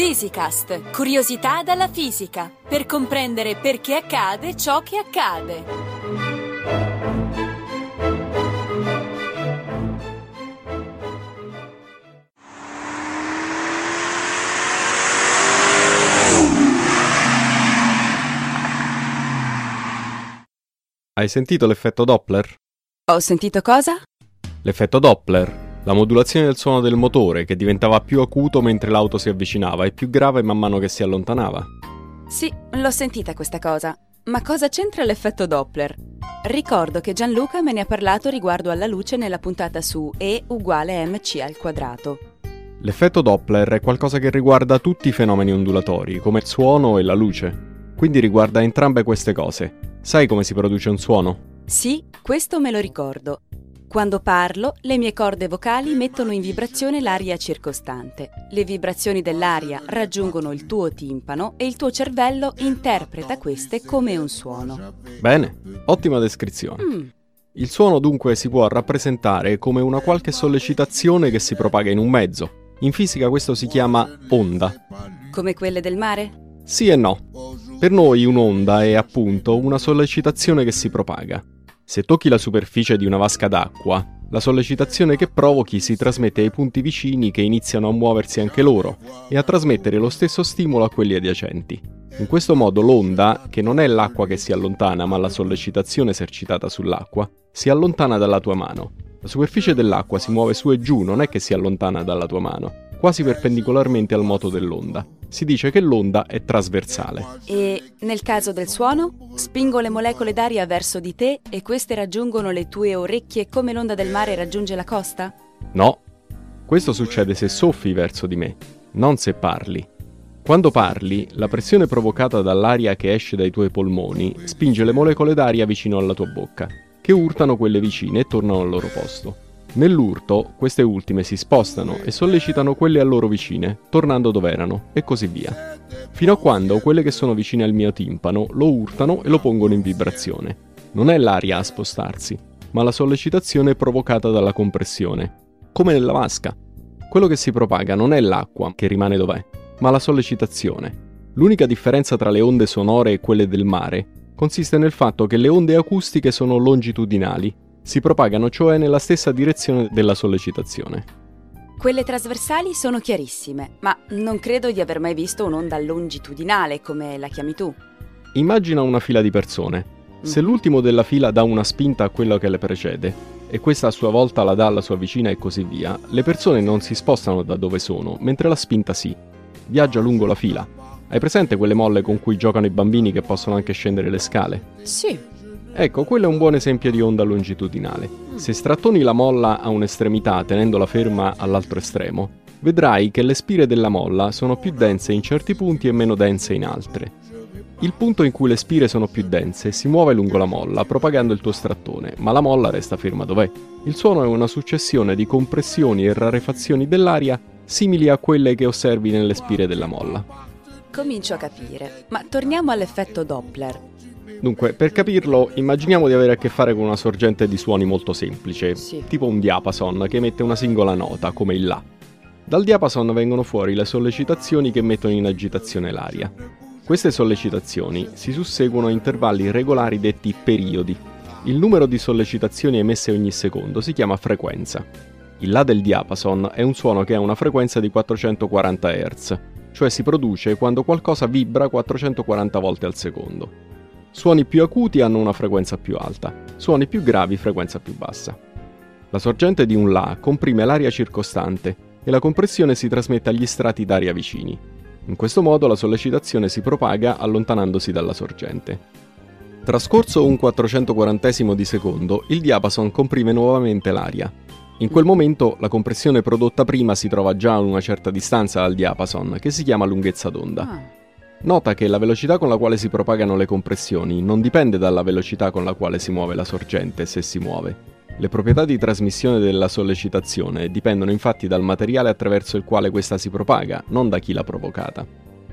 Fisicast, curiosità dalla fisica, per comprendere perché accade ciò che accade. Hai sentito l'effetto Doppler? Ho sentito cosa? L'effetto Doppler. La modulazione del suono del motore, che diventava più acuto mentre l'auto si avvicinava e più grave man mano che si allontanava. Sì, l'ho sentita questa cosa. Ma cosa c'entra l'effetto Doppler? Ricordo che Gianluca me ne ha parlato riguardo alla luce nella puntata su E uguale mc al quadrato. L'effetto Doppler è qualcosa che riguarda tutti i fenomeni ondulatori, come il suono e la luce. Quindi riguarda entrambe queste cose. Sai come si produce un suono? Sì, questo me lo ricordo. Quando parlo, le mie corde vocali mettono in vibrazione l'aria circostante. Le vibrazioni dell'aria raggiungono il tuo timpano e il tuo cervello interpreta queste come un suono. Bene, ottima descrizione. Il suono dunque si può rappresentare come una qualche sollecitazione che si propaga in un mezzo. In fisica questo si chiama onda. Come quelle del mare? Sì e no. Per noi un'onda è appunto una sollecitazione che si propaga. Se tocchi la superficie di una vasca d'acqua, la sollecitazione che provochi si trasmette ai punti vicini che iniziano a muoversi anche loro e a trasmettere lo stesso stimolo a quelli adiacenti. In questo modo l'onda, che non è l'acqua che si allontana ma la sollecitazione esercitata sull'acqua, si allontana dalla tua mano. La superficie dell'acqua si muove su e giù, non è che si allontana dalla tua mano, quasi perpendicolarmente al moto dell'onda. Si dice che l'onda è trasversale. E nel caso del suono, spingo le molecole d'aria verso di te e queste raggiungono le tue orecchie come l'onda del mare raggiunge la costa? No, questo succede se soffi verso di me, non se parli. Quando parli, la pressione provocata dall'aria che esce dai tuoi polmoni spinge le molecole d'aria vicino alla tua bocca, che urtano quelle vicine e tornano al loro posto. Nell'urto, queste ultime si spostano e sollecitano quelle a loro vicine, tornando dove erano, e così via. Fino a quando quelle che sono vicine al mio timpano lo urtano e lo pongono in vibrazione. Non è l'aria a spostarsi, ma la sollecitazione provocata dalla compressione. Come nella vasca. Quello che si propaga non è l'acqua, che rimane dov'è, ma la sollecitazione. L'unica differenza tra le onde sonore e quelle del mare consiste nel fatto che le onde acustiche sono longitudinali. Si propagano cioè nella stessa direzione della sollecitazione. Quelle trasversali sono chiarissime, ma non credo di aver mai visto un'onda longitudinale come la chiami tu. Immagina una fila di persone. Se l'ultimo della fila dà una spinta a quello che le precede, e questa a sua volta la dà alla sua vicina e così via, le persone non si spostano da dove sono, mentre la spinta sì. Viaggia lungo la fila. Hai presente quelle molle con cui giocano i bambini che possono anche scendere le scale? Sì. Ecco, quello è un buon esempio di onda longitudinale. Se strattoni la molla a un'estremità tenendola ferma all'altro estremo, vedrai che le spire della molla sono più dense in certi punti e meno dense in altre. Il punto in cui le spire sono più dense si muove lungo la molla, propagando il tuo strattone, ma la molla resta ferma dov'è. Il suono è una successione di compressioni e rarefazioni dell'aria simili a quelle che osservi nelle spire della molla. Comincio a capire, ma torniamo all'effetto Doppler. Dunque, per capirlo, immaginiamo di avere a che fare con una sorgente di suoni molto semplice, Sì. tipo un diapason che emette una singola nota, come il La. Dal diapason vengono fuori le sollecitazioni che mettono in agitazione l'aria. Queste sollecitazioni si susseguono a intervalli regolari detti periodi. Il numero di sollecitazioni emesse ogni secondo si chiama frequenza. Il La del diapason è un suono che ha una frequenza di 440 Hz, cioè si produce quando qualcosa vibra 440 volte al secondo. Suoni più acuti hanno una frequenza più alta, suoni più gravi frequenza più bassa. La sorgente di un La comprime l'aria circostante e la compressione si trasmette agli strati d'aria vicini. In questo modo la sollecitazione si propaga allontanandosi dalla sorgente. Trascorso un 440esimo di secondo, il diapason comprime nuovamente l'aria. In quel momento la compressione prodotta prima si trova già a una certa distanza dal diapason, che si chiama lunghezza d'onda. Nota che la velocità con la quale si propagano le compressioni non dipende dalla velocità con la quale si muove la sorgente, se si muove. Le proprietà di trasmissione della sollecitazione dipendono infatti dal materiale attraverso il quale questa si propaga, non da chi l'ha provocata.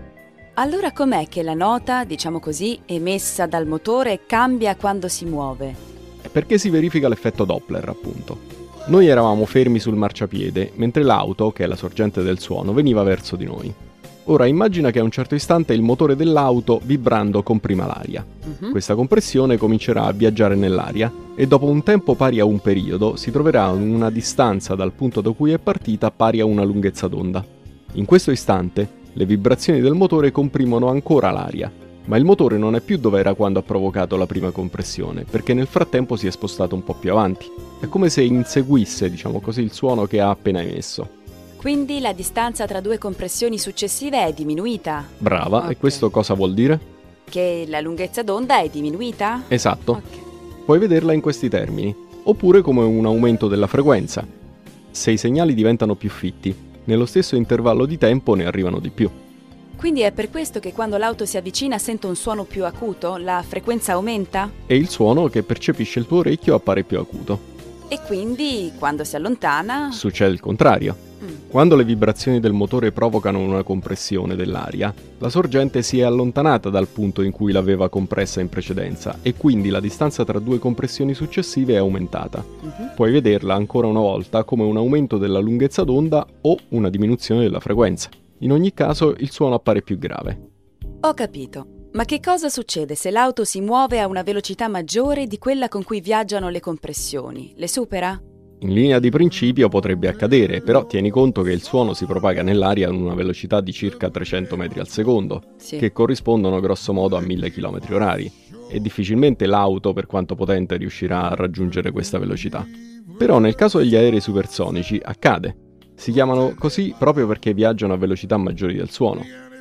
Allora com'è che la nota, diciamo così, emessa dal motore cambia quando si muove? È perché si verifica l'effetto Doppler, appunto. Noi eravamo fermi sul marciapiede, mentre l'auto, che è la sorgente del suono, veniva verso di noi. Ora immagina che a un certo istante il motore dell'auto vibrando comprima l'aria. Questa compressione comincerà a viaggiare nell'aria e dopo un tempo pari a un periodo si troverà in una distanza dal punto da cui è partita pari a una lunghezza d'onda. In questo istante le vibrazioni del motore comprimono ancora l'aria, ma il motore non è più dove era quando ha provocato la prima compressione, perché nel frattempo si è spostato un po' più avanti. È come se inseguisse, diciamo così, il suono che ha appena emesso. Quindi la distanza tra due compressioni successive è diminuita? Brava, Ok. E questo cosa vuol dire? Che la lunghezza d'onda è diminuita? Esatto. Ok. Puoi vederla in questi termini, oppure come un aumento della frequenza. Se i segnali diventano più fitti, nello stesso intervallo di tempo ne arrivano di più. Quindi è per questo che quando l'auto si avvicina sento un suono più acuto? La frequenza aumenta? E il suono che percepisce il tuo orecchio appare più acuto. E quindi quando si allontana? Succede il contrario. Quando le vibrazioni del motore provocano una compressione dell'aria, la sorgente si è allontanata dal punto in cui l'aveva compressa in precedenza e quindi la distanza tra due compressioni successive è aumentata. Puoi vederla ancora una volta come un aumento della lunghezza d'onda o una diminuzione della frequenza. In ogni caso il suono appare più grave. Ho capito. Ma che cosa succede se l'auto si muove a una velocità maggiore di quella con cui viaggiano le compressioni? Le supera? In linea di principio potrebbe accadere, però tieni conto che il suono si propaga nell'aria a una velocità di circa 300 metri al secondo, Sì. che corrispondono grosso modo a 1000 km/h, e difficilmente l'auto, per quanto potente, riuscirà a raggiungere questa velocità. Però nel caso degli aerei supersonici accade. Si chiamano così proprio perché viaggiano a velocità maggiori del suono.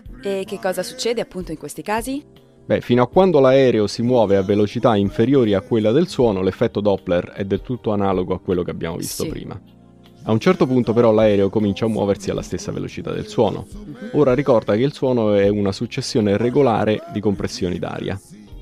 E che cosa succede appunto in questi casi? Fino a quando l'aereo si muove a velocità inferiori a quella del suono, l'effetto Doppler è del tutto analogo a quello che abbiamo visto Sì. prima. A un certo punto però l'aereo comincia a muoversi alla stessa velocità del suono. Ora ricorda che il suono è una successione regolare di compressioni d'aria.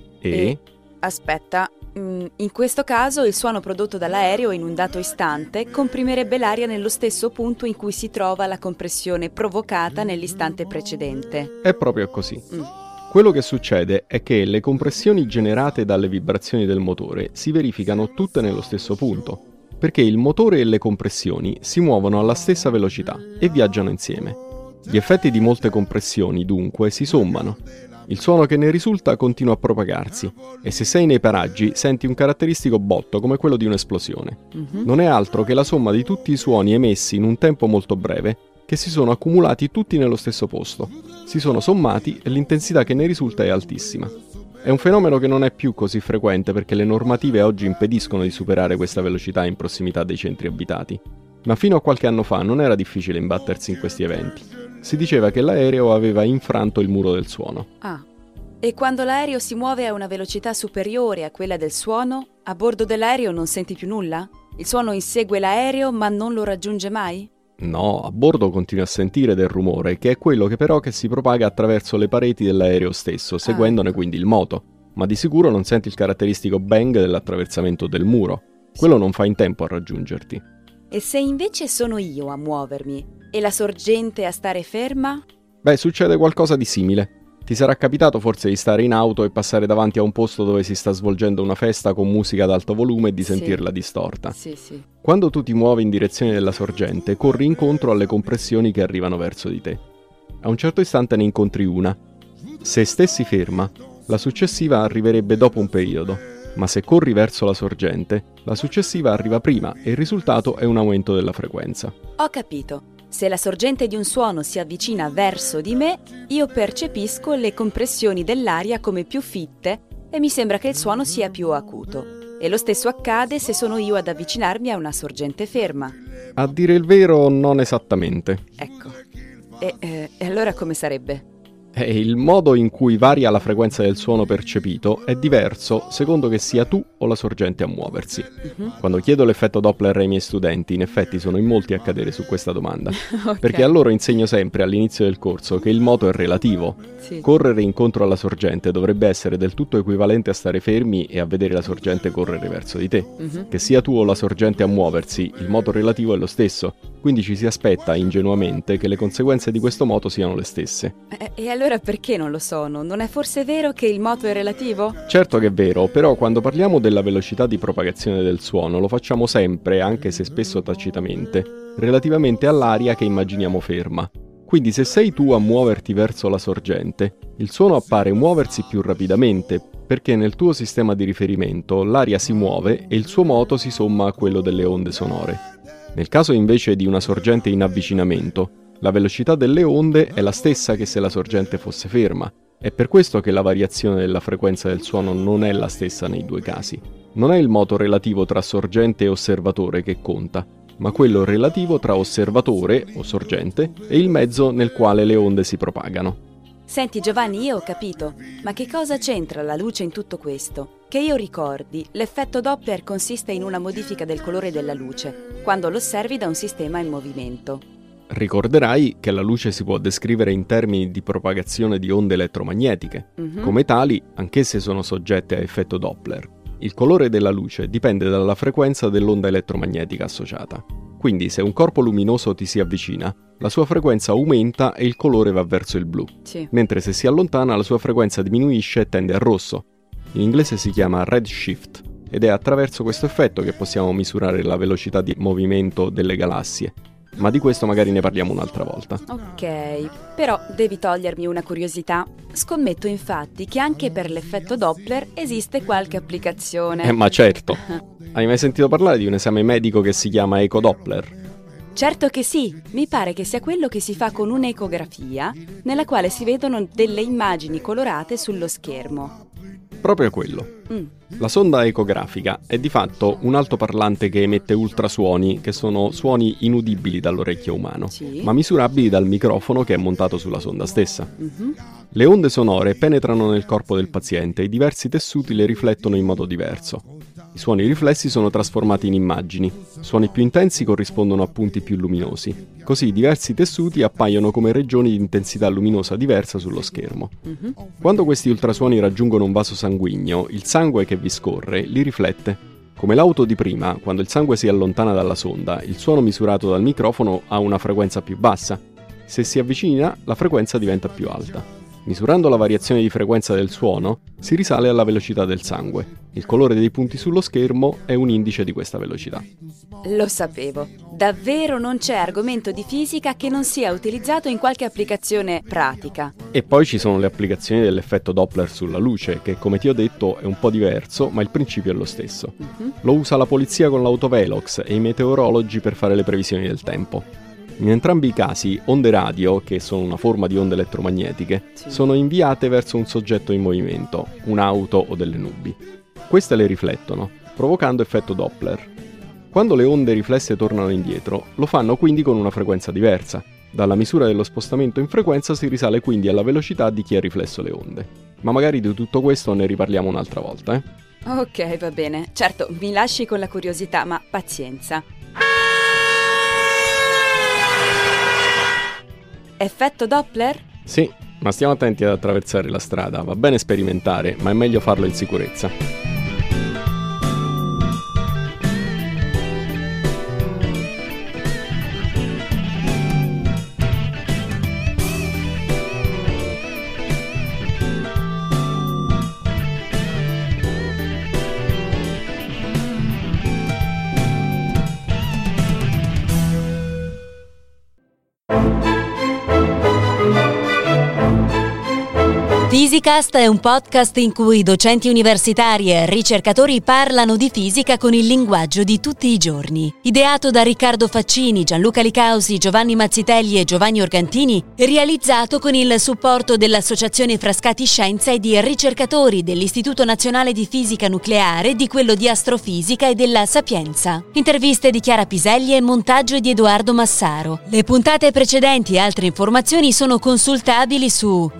E? Aspetta, in questo caso il suono prodotto dall'aereo in un dato istante comprimerebbe l'aria nello stesso punto in cui si trova la compressione provocata nell'istante precedente. È proprio così. Quello che succede è che le compressioni generate dalle vibrazioni del motore si verificano tutte nello stesso punto, perché il motore e le compressioni si muovono alla stessa velocità e viaggiano insieme. Gli effetti di molte compressioni, dunque, si sommano. Il suono che ne risulta continua a propagarsi e se sei nei paraggi senti un caratteristico botto come quello di un'esplosione. Non è altro che la somma di tutti i suoni emessi in un tempo molto breve che si sono accumulati tutti nello stesso posto. Si sono sommati e l'intensità che ne risulta è altissima. È un fenomeno che non è più così frequente perché le normative oggi impediscono di superare questa velocità in prossimità dei centri abitati. Ma fino a qualche anno fa non era difficile imbattersi in questi eventi. Si diceva che l'aereo aveva infranto il muro del suono. Ah. E quando l'aereo si muove a una velocità superiore a quella del suono, a bordo dell'aereo non senti più nulla? Il suono insegue l'aereo ma non lo raggiunge mai? No, a bordo continui a sentire del rumore, che è quello che però si propaga attraverso le pareti dell'aereo stesso, seguendone quindi il moto. Ma di sicuro non senti il caratteristico bang dell'attraversamento del muro. Quello non fa in tempo a raggiungerti. E se invece sono io a muovermi e la sorgente a stare ferma? Succede qualcosa di simile. Ti sarà capitato forse di stare in auto e passare davanti a un posto dove si sta svolgendo una festa con musica ad alto volume e di sentirla distorta. Sì. Quando tu ti muovi in direzione della sorgente, corri incontro alle compressioni che arrivano verso di te. A un certo istante ne incontri una. Se stessi ferma, la successiva arriverebbe dopo un periodo, ma se corri verso la sorgente, la successiva arriva prima e il risultato è un aumento della frequenza. Ho capito. Se la sorgente di un suono si avvicina verso di me, io percepisco le compressioni dell'aria come più fitte e mi sembra che il suono sia più acuto. E lo stesso accade se sono io ad avvicinarmi a una sorgente ferma. A dire il vero, non esattamente. Ecco. E allora come sarebbe? Il modo in cui varia la frequenza del suono percepito è diverso secondo che sia tu o la sorgente a muoversi. Quando chiedo l'effetto Doppler ai miei studenti, in effetti sono in molti a cadere su questa domanda. Ok. Perché a loro insegno sempre all'inizio del corso che il moto è relativo. Sì. Correre incontro alla sorgente dovrebbe essere del tutto equivalente a stare fermi e a vedere la sorgente correre verso di te. Che sia tu o la sorgente a muoversi, il moto relativo è lo stesso. Quindi ci si aspetta ingenuamente che le conseguenze di questo moto siano le stesse. E allora perché non lo sono? Non è forse vero che il moto è relativo? Certo che è vero, però quando parliamo della velocità di propagazione del suono lo facciamo sempre, anche se spesso tacitamente, relativamente all'aria che immaginiamo ferma. Quindi se sei tu a muoverti verso la sorgente, il suono appare muoversi più rapidamente, perché nel tuo sistema di riferimento l'aria si muove e il suo moto si somma a quello delle onde sonore. Nel caso invece di una sorgente in avvicinamento, la velocità delle onde è la stessa che se la sorgente fosse ferma. È per questo che la variazione della frequenza del suono non è la stessa nei due casi. Non è il moto relativo tra sorgente e osservatore che conta, ma quello relativo tra osservatore o sorgente e il mezzo nel quale le onde si propagano. Senti Giovanni, io ho capito, ma che cosa c'entra la luce in tutto questo? Che io ricordi, l'effetto Doppler consiste in una modifica del colore della luce, quando lo osservi da un sistema in movimento. Ricorderai che la luce si può descrivere in termini di propagazione di onde elettromagnetiche. Come tali, anch'esse sono soggette a effetto Doppler. Il colore della luce dipende dalla frequenza dell'onda elettromagnetica associata. Quindi se un corpo luminoso ti si avvicina, la sua frequenza aumenta e il colore va verso il blu. Sì. Mentre se si allontana la sua frequenza diminuisce e tende al rosso. In inglese si chiama redshift ed è attraverso questo effetto che possiamo misurare la velocità di movimento delle galassie. Ma di questo magari ne parliamo un'altra volta. Ok, però devi togliermi una curiosità. Scommetto infatti che anche per l'effetto Doppler esiste qualche applicazione. Ma certo! Hai mai sentito parlare di un esame medico che si chiama ecodoppler? Certo che sì, mi pare che sia quello che si fa con un'ecografia, nella quale si vedono delle immagini colorate sullo schermo. Proprio quello. La sonda ecografica è di fatto un altoparlante che emette ultrasuoni, che sono suoni inudibili dall'orecchio umano, Sì. ma misurabili dal microfono che è montato sulla sonda stessa. Le onde sonore penetrano nel corpo del paziente e i diversi tessuti le riflettono in modo diverso. I suoni riflessi sono trasformati in immagini. Suoni più intensi corrispondono a punti più luminosi. Così i diversi tessuti appaiono come regioni di intensità luminosa diversa sullo schermo. Quando questi ultrasuoni raggiungono un vaso sanguigno, il sangue che vi scorre li riflette. Come l'auto di prima, quando il sangue si allontana dalla sonda, il suono misurato dal microfono ha una frequenza più bassa. Se si avvicina, la frequenza diventa più alta. Misurando la variazione di frequenza del suono, si risale alla velocità del sangue. Il colore dei punti sullo schermo è un indice di questa velocità. Lo sapevo. Davvero non c'è argomento di fisica che non sia utilizzato in qualche applicazione pratica. E poi ci sono le applicazioni dell'effetto Doppler sulla luce, che come ti ho detto è un po' diverso, ma il principio è lo stesso. Lo usa la polizia con l'autovelox e i meteorologi per fare le previsioni del tempo. In entrambi i casi, onde radio, che sono una forma di onde elettromagnetiche, sono inviate verso un soggetto in movimento, un'auto o delle nubi. Queste le riflettono, provocando effetto Doppler. Quando le onde riflesse tornano indietro, lo fanno quindi con una frequenza diversa. Dalla misura dello spostamento in frequenza si risale quindi alla velocità di chi ha riflesso le onde. Ma magari di tutto questo ne riparliamo un'altra volta, eh? Ok, va bene. Certo, mi lasci con la curiosità, ma pazienza. Effetto Doppler? Sì, ma stiamo attenti ad attraversare la strada. Va bene sperimentare, ma è meglio farlo in sicurezza. Fisicast è un podcast in cui docenti universitari e ricercatori parlano di fisica con il linguaggio di tutti i giorni. Ideato da Riccardo Faccini, Gianluca Licausi, Giovanni Mazzitelli e Giovanni Organtini, realizzato con il supporto dell'Associazione Frascati Scienza e di ricercatori dell'Istituto Nazionale di Fisica Nucleare, di quello di Astrofisica e della Sapienza. Interviste di Chiara Piselli e montaggio di Edoardo Massaro. Le puntate precedenti e altre informazioni sono consultabili su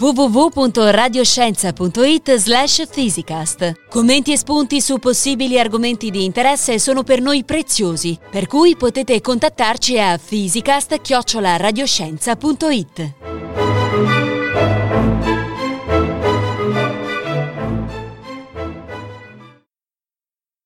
www.radioscienza.it/Fisicast. Commenti e spunti su possibili argomenti di interesse sono per noi preziosi, per cui potete contattarci a fisicast@radioscienza.it.